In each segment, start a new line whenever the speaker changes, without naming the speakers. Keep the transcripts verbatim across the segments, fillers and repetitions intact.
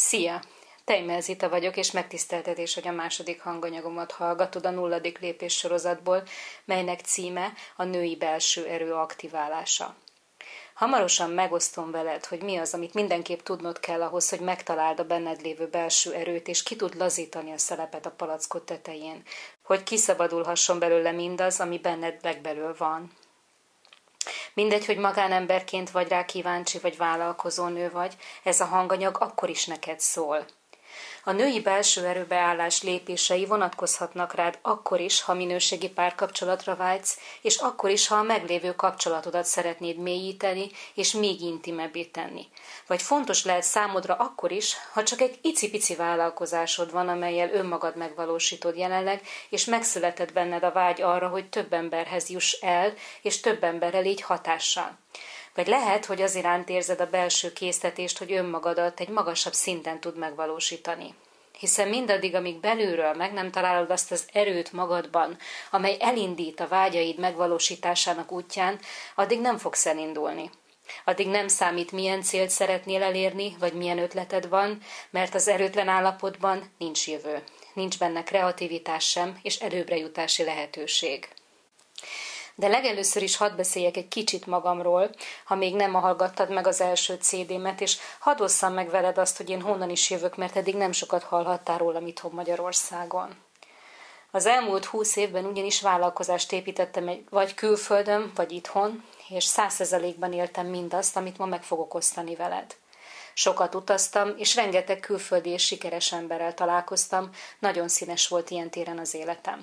Szia! Tejmel Zita vagyok, és megtiszteltetés, hogy a második hanganyagomat hallgatod a nulladik lépés sorozatból, melynek címe a női belső erő aktiválása. Hamarosan megosztom veled, hogy mi az, amit mindenképp tudnod kell ahhoz, hogy megtaláld a benned lévő belső erőt, és ki tud lazítani a szelepet a palackot tetején, hogy kiszabadulhasson belőle mindaz, ami benned legbelül van. Mindegy, hogy magánemberként vagy rá kíváncsi, vagy vállalkozó nő vagy, ez a hanganyag akkor is neked szól. A női belső erőbeállás lépései vonatkozhatnak rád akkor is, ha minőségi párkapcsolatra vágysz, és akkor is, ha a meglévő kapcsolatodat szeretnéd mélyíteni, és még intimebbé tenni. Vagy fontos lehet számodra akkor is, ha csak egy icipici vállalkozásod van, amellyel önmagad megvalósítod jelenleg, és megszületett benned a vágy arra, hogy több emberhez juss el, és több emberrel így hatással. Vagy lehet, hogy az iránt érzed a belső késztetést, hogy önmagadat egy magasabb szinten tud megvalósítani. Hiszen mindaddig, amíg belülről meg nem találod azt az erőt magadban, amely elindít a vágyaid megvalósításának útján, addig nem fogsz elindulni. Addig nem számít, milyen célt szeretnél elérni, vagy milyen ötleted van, mert az erőtlen állapotban nincs jövő. Nincs benne kreativitás sem, és erőbbre jutási lehetőség. De legelőször is hadd beszéljek egy kicsit magamról, ha még nem hallgattad meg az első cé dé-met, és hadd osszam meg veled azt, hogy én honnan is jövök, mert eddig nem sokat hallhattál rólam itthon Magyarországon. Az elmúlt húsz évben ugyanis vállalkozást építettem egy, vagy külföldön, vagy itthon, és száz százalékban éltem mindazt, amit ma meg fogok osztani veled. Sokat utaztam, és rengeteg külföldi és sikeres emberrel találkoztam, nagyon színes volt ilyen téren az életem.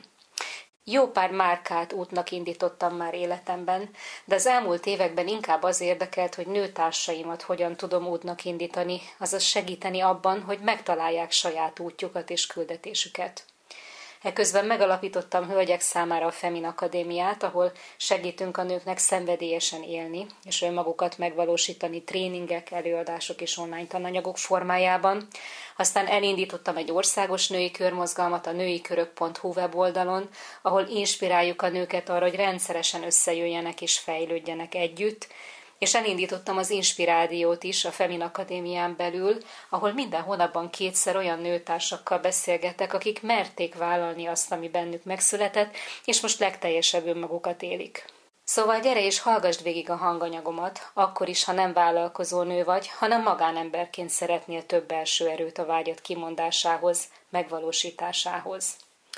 Jó pár márkát útnak indítottam már életemben, de az elmúlt években inkább az érdekelt, hogy nőtársaimat hogyan tudom útnak indítani, azaz segíteni abban, hogy megtalálják saját útjukat és küldetésüket. Eközben megalapítottam hölgyek számára a Femin Akadémiát, ahol segítünk a nőknek szenvedélyesen élni, és önmagukat megvalósítani tréningek, előadások és online tananyagok formájában. Aztán elindítottam egy országos női körmozgalmat a nőikörök pont hu weboldalon, ahol inspiráljuk a nőket arra, hogy rendszeresen összejöjjenek és fejlődjenek együtt, és elindítottam az Inspirádiót is a Femin Akadémián belül, ahol minden hónapban kétszer olyan nőtársakkal beszélgetek, akik merték vállalni azt, ami bennük megszületett, és most legteljesebb önmagukat élik. Szóval gyere és hallgassd végig a hanganyagomat, akkor is, ha nem vállalkozó nő vagy, hanem magánemberként szeretnél több belső erőt a vágyat kimondásához, megvalósításához.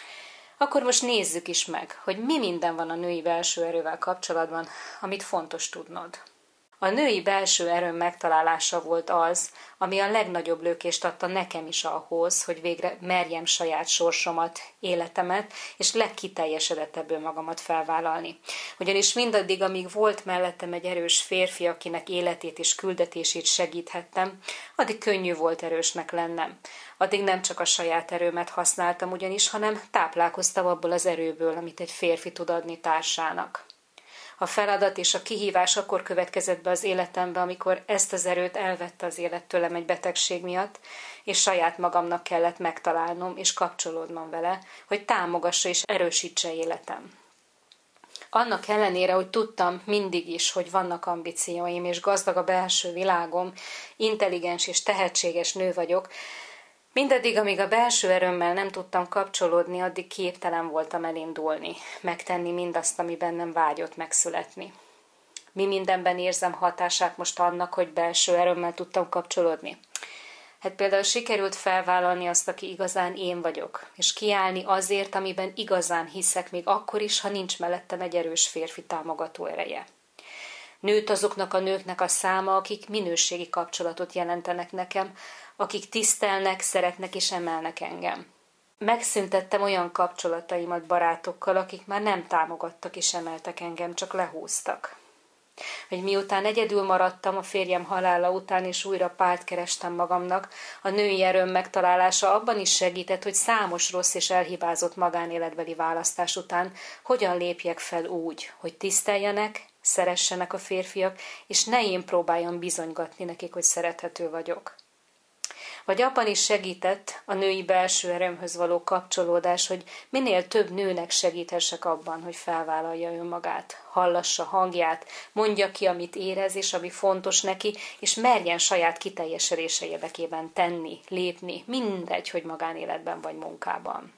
Akkor most nézzük is meg, hogy mi minden van a női belső erővel kapcsolatban, amit fontos tudnod. A női belső erőm megtalálása volt az, ami a legnagyobb lökést adta nekem is ahhoz, hogy végre merjem saját sorsomat, életemet, és legkiteljesedettebb önmagamat felvállalni. Ugyanis mindaddig, amíg volt mellettem egy erős férfi, akinek életét és küldetését segíthettem, addig könnyű volt erősnek lennem. Addig nem csak a saját erőmet használtam ugyanis, hanem táplálkoztam abból az erőből, amit egy férfi tud adni társának. A feladat és a kihívás akkor következett be az életembe, amikor ezt az erőt elvette az élet tőlem egy betegség miatt, és saját magamnak kellett megtalálnom és kapcsolódnom vele, hogy támogassa és erősítse életem. Annak ellenére, hogy tudtam mindig is, hogy vannak ambícióim és gazdag a belső világom, intelligens és tehetséges nő vagyok, mindaddig, amíg a belső erőmmel nem tudtam kapcsolódni, addig képtelen voltam elindulni, megtenni mindazt, ami bennem vágyott megszületni. Mi mindenben érzem hatását most annak, hogy belső erőmmel tudtam kapcsolódni? Hát például sikerült felvállalni azt, aki igazán én vagyok, és kiállni azért, amiben igazán hiszek, még akkor is, ha nincs mellettem egy erős férfi támogató ereje. Nőtt azoknak a nőknek a száma, akik minőségi kapcsolatot jelentenek nekem, akik tisztelnek, szeretnek és emelnek engem. Megszüntettem olyan kapcsolataimat barátokkal, akik már nem támogattak és emeltek engem, csak lehúztak. Hogy miután egyedül maradtam a férjem halála után, és újra párt kerestem magamnak, a női erőm megtalálása abban is segített, hogy számos rossz és elhibázott magánéletbeli választás után hogyan lépjek fel úgy, hogy tiszteljenek, szeressenek a férfiak, és ne én próbáljam bizonygatni nekik, hogy szerethető vagyok. Vagy abban is segített a női belső erőmhöz való kapcsolódás, hogy minél több nőnek segíthessek abban, hogy felvállalja önmagát, hallassa hangját, mondja ki, amit érez és ami fontos neki, és merjen saját kiteljesedése érdekében tenni, lépni, mindegy, hogy magánéletben vagy munkában.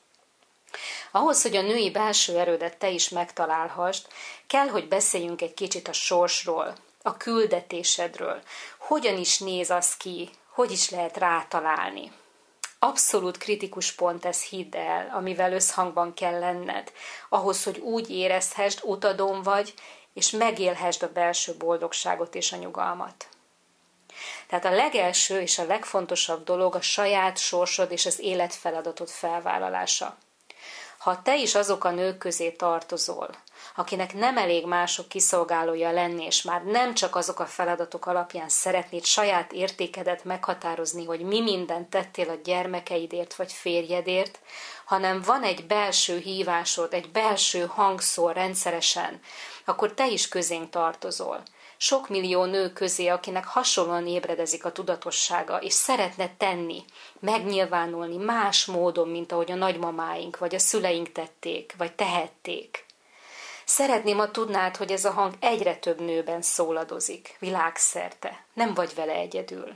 Ahhoz, hogy a női belső erődet te is megtalálhassd, kell, hogy beszéljünk egy kicsit a sorsról, a küldetésedről. Hogyan is néz az ki, hogy is lehet rátalálni. Abszolút kritikus pont ez, hidd el, amivel összhangban kell lenned, ahhoz, hogy úgy érezhessd, utadon vagy, és megélhessd a belső boldogságot és a nyugalmat. Tehát a legelső és a legfontosabb dolog a saját sorsod és az életfeladatod felvállalása. Ha te is azok a nők közé tartozol, akinek nem elég mások kiszolgálója lenni, és már nem csak azok a feladatok alapján szeretnéd saját értékedet meghatározni, hogy mi mindent tettél a gyermekeidért vagy férjedért, hanem van egy belső hívásod, egy belső hangszól rendszeresen, akkor te is közénk tartozol. Sok millió nő közé, akinek hasonlóan ébredezik a tudatossága, és szeretne tenni, megnyilvánulni más módon, mint ahogy a nagymamáink, vagy a szüleink tették, vagy tehették. Szeretném, ha tudnád, hogy ez a hang egyre több nőben szóladozik, világszerte. Nem vagy vele egyedül.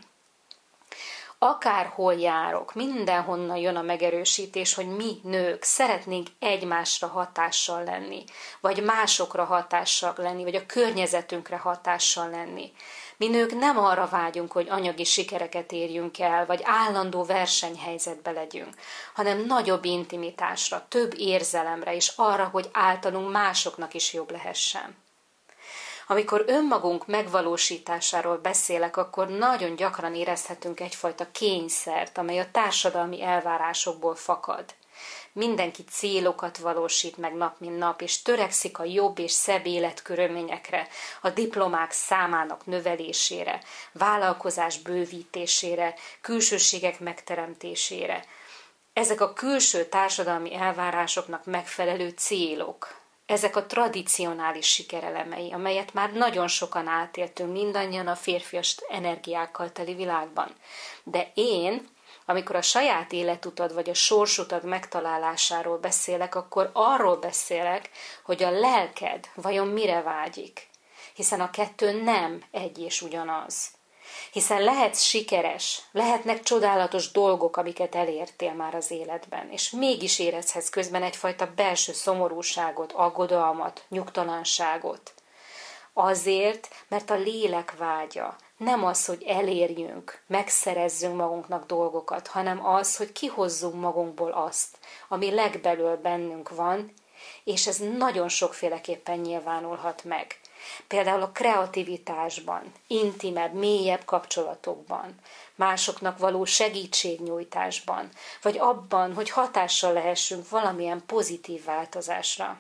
Akárhol járok, mindenhonnan jön a megerősítés, hogy mi nők szeretnénk egymásra hatással lenni, vagy másokra hatással lenni, vagy a környezetünkre hatással lenni. Mi nők nem arra vágyunk, hogy anyagi sikereket érjünk el, vagy állandó versenyhelyzetbe legyünk, hanem nagyobb intimitásra, több érzelemre, és arra, hogy általunk másoknak is jobb lehessen. Amikor önmagunk megvalósításáról beszélek, akkor nagyon gyakran érezhetünk egyfajta kényszert, amely a társadalmi elvárásokból fakad. Mindenki célokat valósít meg nap mint nap, és törekszik a jobb és szebb életkörülményekre, a diplomák számának növelésére, vállalkozás bővítésére, külsőségek megteremtésére. Ezek a külső társadalmi elvárásoknak megfelelő célok. Ezek a tradicionális sikerelemei, amelyet már nagyon sokan átéltünk mindannyian a férfias energiákkal teli világban. De én, amikor a saját életutad vagy a sorsutad megtalálásáról beszélek, akkor arról beszélek, hogy a lelked vajon mire vágyik. Hiszen a kettő nem egy és ugyanaz. Hiszen lehetsz sikeres, lehetnek csodálatos dolgok, amiket elértél már az életben, és mégis érezhetsz közben egyfajta belső szomorúságot, aggodalmat, nyugtalanságot. Azért, mert a lélek vágya nem az, hogy elérjünk, megszerezzünk magunknak dolgokat, hanem az, hogy kihozzunk magunkból azt, ami legbelül bennünk van, és ez nagyon sokféleképpen nyilvánulhat meg. Például a kreativitásban, intimebb, mélyebb kapcsolatokban, másoknak való segítségnyújtásban, vagy abban, hogy hatással lehessünk valamilyen pozitív változásra.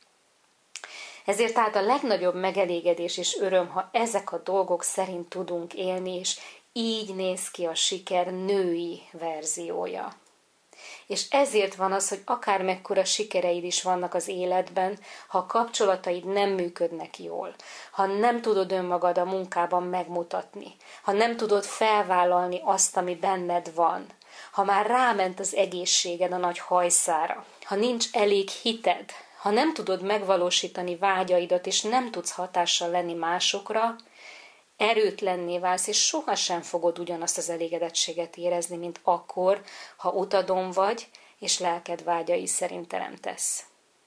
Ezért tehát a legnagyobb megelégedés és öröm, ha ezek a dolgok szerint tudunk élni, és így néz ki a siker női verziója. És ezért van az, hogy akármekkora sikereid is vannak az életben, ha a kapcsolataid nem működnek jól, ha nem tudod önmagad a munkában megmutatni, ha nem tudod felvállalni azt, ami benned van, ha már ráment az egészséged a nagy hajszára, ha nincs elég hited, ha nem tudod megvalósítani vágyaidat, és nem tudsz hatással lenni másokra, erőtlenné válsz, és sohasem fogod ugyanazt az elégedettséget érezni, mint akkor, ha utadon vagy, és lelked vágyai szerint teremtesz.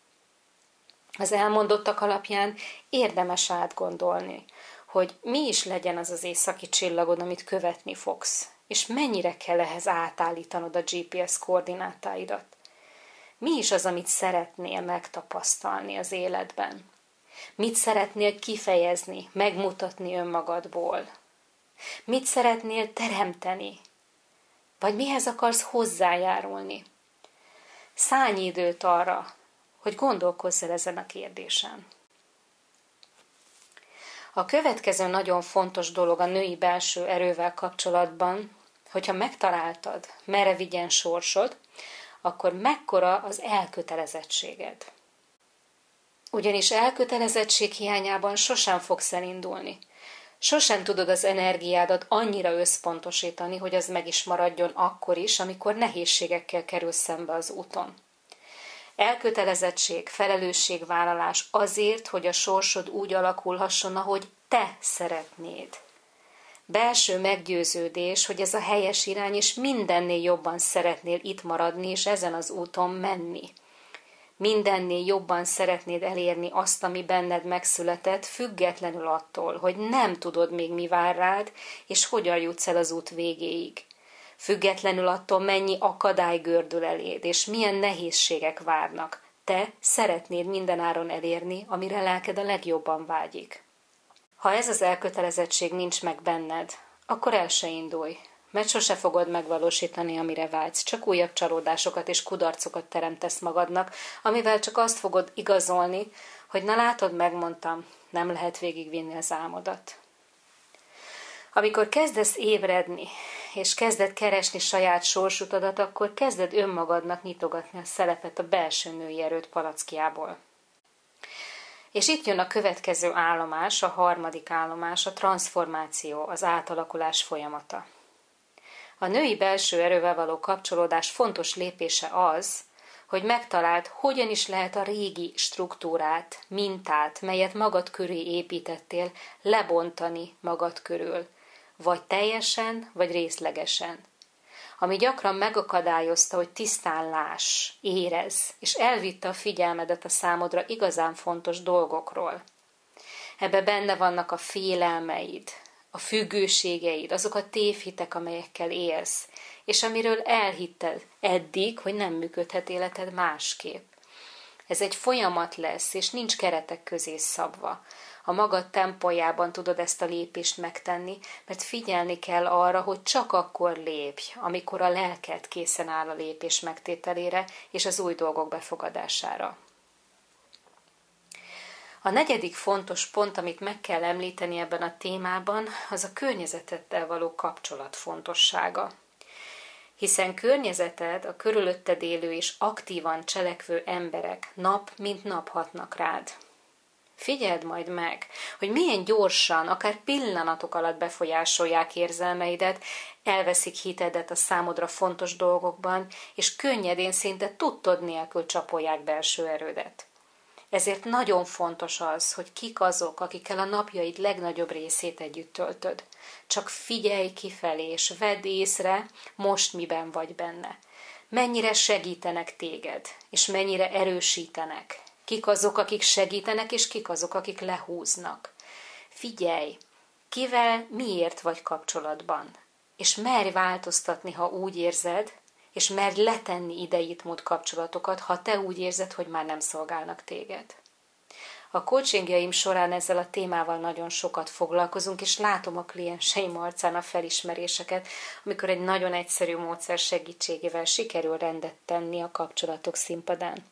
Az elmondottak alapján érdemes átgondolni, hogy mi is legyen az az északi csillagod, amit követni fogsz, és mennyire kell ehhez átállítanod a gé pé es koordinátáidat. Mi is az, amit szeretnél megtapasztalni az életben? Mit szeretnél kifejezni, megmutatni önmagadból? Mit szeretnél teremteni? Vagy mihez akarsz hozzájárulni? Szállj időt arra, hogy gondolkozz el ezen a kérdésen. A következő nagyon fontos dolog a női belső erővel kapcsolatban, hogyha megtaláltad, merre vigyen sorsod, akkor mekkora az elkötelezettséged. Ugyanis elkötelezettség hiányában sosem fogsz elindulni. Sosem tudod az energiádat annyira összpontosítani, hogy az meg is maradjon akkor is, amikor nehézségekkel kerül szembe az úton. Elkötelezettség, felelősségvállalás azért, hogy a sorsod úgy alakulhasson, ahogy te szeretnéd. Belső meggyőződés, hogy ez a helyes irány, és mindennél jobban szeretnél itt maradni, és ezen az úton menni. Mindennél jobban szeretnéd elérni azt, ami benned megszületett, függetlenül attól, hogy nem tudod még mi vár rád, és hogyan jutsz el az út végéig. Függetlenül attól, mennyi akadály gördül eléd, és milyen nehézségek várnak. Te szeretnéd mindenáron elérni, amire lelked a legjobban vágyik. Ha ez az elkötelezettség nincs meg benned, akkor el se indulj, mert sose fogod megvalósítani, amire vágysz, csak újabb csalódásokat és kudarcokat teremtesz magadnak, amivel csak azt fogod igazolni, hogy na látod, megmondtam, nem lehet végigvinni az álmodat. Amikor kezdesz ébredni, és kezded keresni saját sorsutadat, akkor kezded önmagadnak nyitogatni a szelepet a belső női erőd palackjából. És itt jön a következő állomás, a harmadik állomás, a transformáció, az átalakulás folyamata. A női belső erővel való kapcsolódás fontos lépése az, hogy megtaláld, hogyan is lehet a régi struktúrát, mintát, melyet magad köré építettél, lebontani magad körül, vagy teljesen, vagy részlegesen. Ami gyakran megakadályozta, hogy tisztán láss, érezz, és elvitte a figyelmedet a számodra igazán fontos dolgokról. Ebbe benne vannak a félelmeid, a függőségeid, azok a tévhitek, amelyekkel élsz, és amiről elhitted eddig, hogy nem működhet életed másképp. Ez egy folyamat lesz, és nincs keretek közé szabva. A magad tempójában tudod ezt a lépést megtenni, mert figyelni kell arra, hogy csak akkor lépj, amikor a lelked készen áll a lépés megtételére és az új dolgok befogadására. A negyedik fontos pont, amit meg kell említeni ebben a témában, az a környezeteddel való kapcsolat fontossága. Hiszen környezeted, a körülötted élő és aktívan cselekvő emberek nap mint nap hatnak rád. Figyeld majd meg, hogy milyen gyorsan, akár pillanatok alatt befolyásolják érzelmeidet, elveszik hitedet a számodra fontos dolgokban, és könnyedén, szinte tudtod nélkül csapolják belső erődet. Ezért nagyon fontos az, hogy kik azok, akikkel a napjaid legnagyobb részét együtt töltöd. Csak figyelj kifelé, és vedd észre, most miben vagy benne. Mennyire segítenek téged, és mennyire erősítenek. Kik azok, akik segítenek, és kik azok, akik lehúznak. Figyelj, kivel miért vagy kapcsolatban, és merj változtatni, ha úgy érzed, és merj letenni idejét múlt kapcsolatokat, ha te úgy érzed, hogy már nem szolgálnak téged. A coachingjaim során ezzel a témával nagyon sokat foglalkozunk, és látom a klienseim arcán a felismeréseket, amikor egy nagyon egyszerű módszer segítségével sikerül rendet tenni a kapcsolatok színpadán.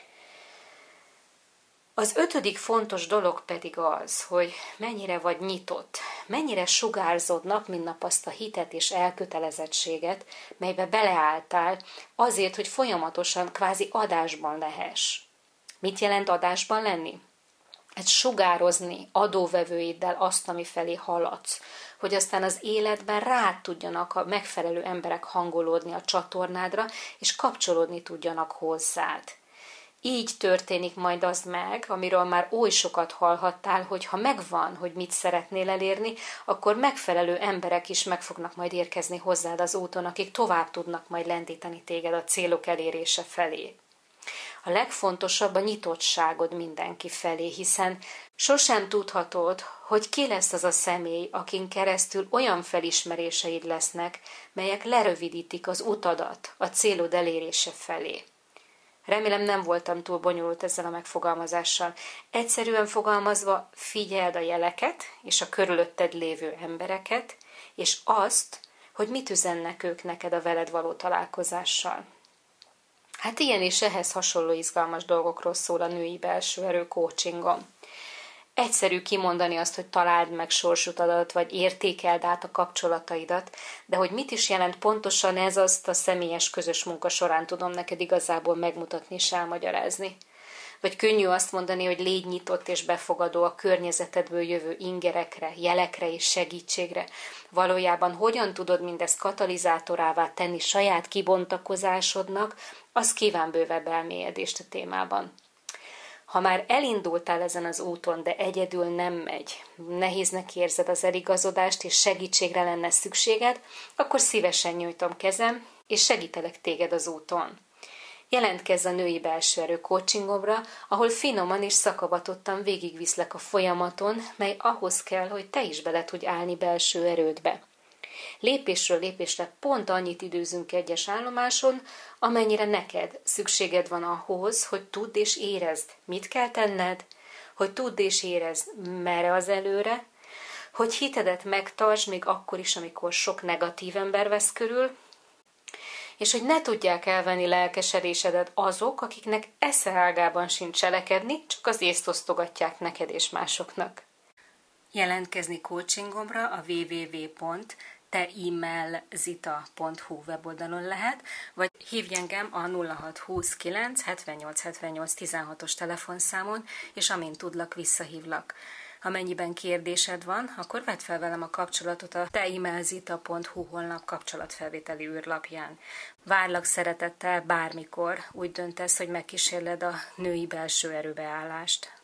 Az ötödik fontos dolog pedig az, hogy mennyire vagy nyitott, mennyire sugárzod nap mint nap azt a hitet és elkötelezettséget, melybe beleálltál azért, hogy folyamatosan kvázi adásban lehess. Mit jelent adásban lenni? Ez sugározni adóvevőiddel azt, ami felé haladsz, hogy aztán az életben rád tudjanak a megfelelő emberek hangolódni a csatornádra, és kapcsolódni tudjanak hozzád. Így történik majd az meg, amiről már oly sokat hallhattál, hogy ha megvan, hogy mit szeretnél elérni, akkor megfelelő emberek is meg fognak majd érkezni hozzád az úton, akik tovább tudnak majd lendíteni téged a célok elérése felé. A legfontosabb a nyitottságod mindenki felé, hiszen sosem tudhatod, hogy ki lesz az a személy, akin keresztül olyan felismeréseid lesznek, melyek lerövidítik az utadat a célod elérése felé. Remélem nem voltam túl bonyolult ezzel a megfogalmazással. Egyszerűen fogalmazva, figyeld a jeleket és a körülötted lévő embereket, és azt, hogy mit üzennek ők neked a veled való találkozással. Hát ilyen és ehhez hasonló izgalmas dolgokról szól a női belső erő coachingom. Egyszerű kimondani azt, hogy találd meg sorsutadat, vagy értékeld át a kapcsolataidat, de hogy mit is jelent pontosan ez, azt a személyes közös munka során tudom neked igazából megmutatni és elmagyarázni. Vagy könnyű azt mondani, hogy légy nyitott és befogadó a környezetedből jövő ingerekre, jelekre és segítségre. Valójában hogyan tudod mindezt katalizátorává tenni saját kibontakozásodnak, az kíván bővebb elmélyedést a témában. Ha már elindultál ezen az úton, de egyedül nem megy, nehéznek érzed az eligazodást, és segítségre lenne szükséged, akkor szívesen nyújtom kezem, és segítelek téged az úton. Jelentkezz a női belső erő coachingomra, ahol finoman és szakavatottan végigviszlek a folyamaton, mely ahhoz kell, hogy te is bele tudj állni belső erődbe. Lépésről lépésre pont annyit időzünk egyes állomáson, amennyire neked szükséged van ahhoz, hogy tudd és érezd, mit kell tenned, hogy tudd és érezd, merre az előre, hogy hitedet megtartsd még akkor is, amikor sok negatív ember vesz körül, és hogy ne tudják elvenni lelkesedésedet azok, akiknek eszeágában sincs cselekedni, csak az észt osztogatják neked és másoknak. Jelentkezni coachingomra a double-u double-u double-u pont teemailzita pont hu weboldalon lehet, vagy hívj engem a nulla hat huszonkilenc hetvennyolc hetvennyolc tizenhatos telefonszámon, és amint tudlak, visszahívlak. Amennyiben kérdésed van, akkor vedd fel velem a kapcsolatot a teemailzita pont hu honlap kapcsolatfelvételi űrlapján. Várlak szeretettel bármikor úgy döntesz, hogy megkísérled a női belső erőbeállást.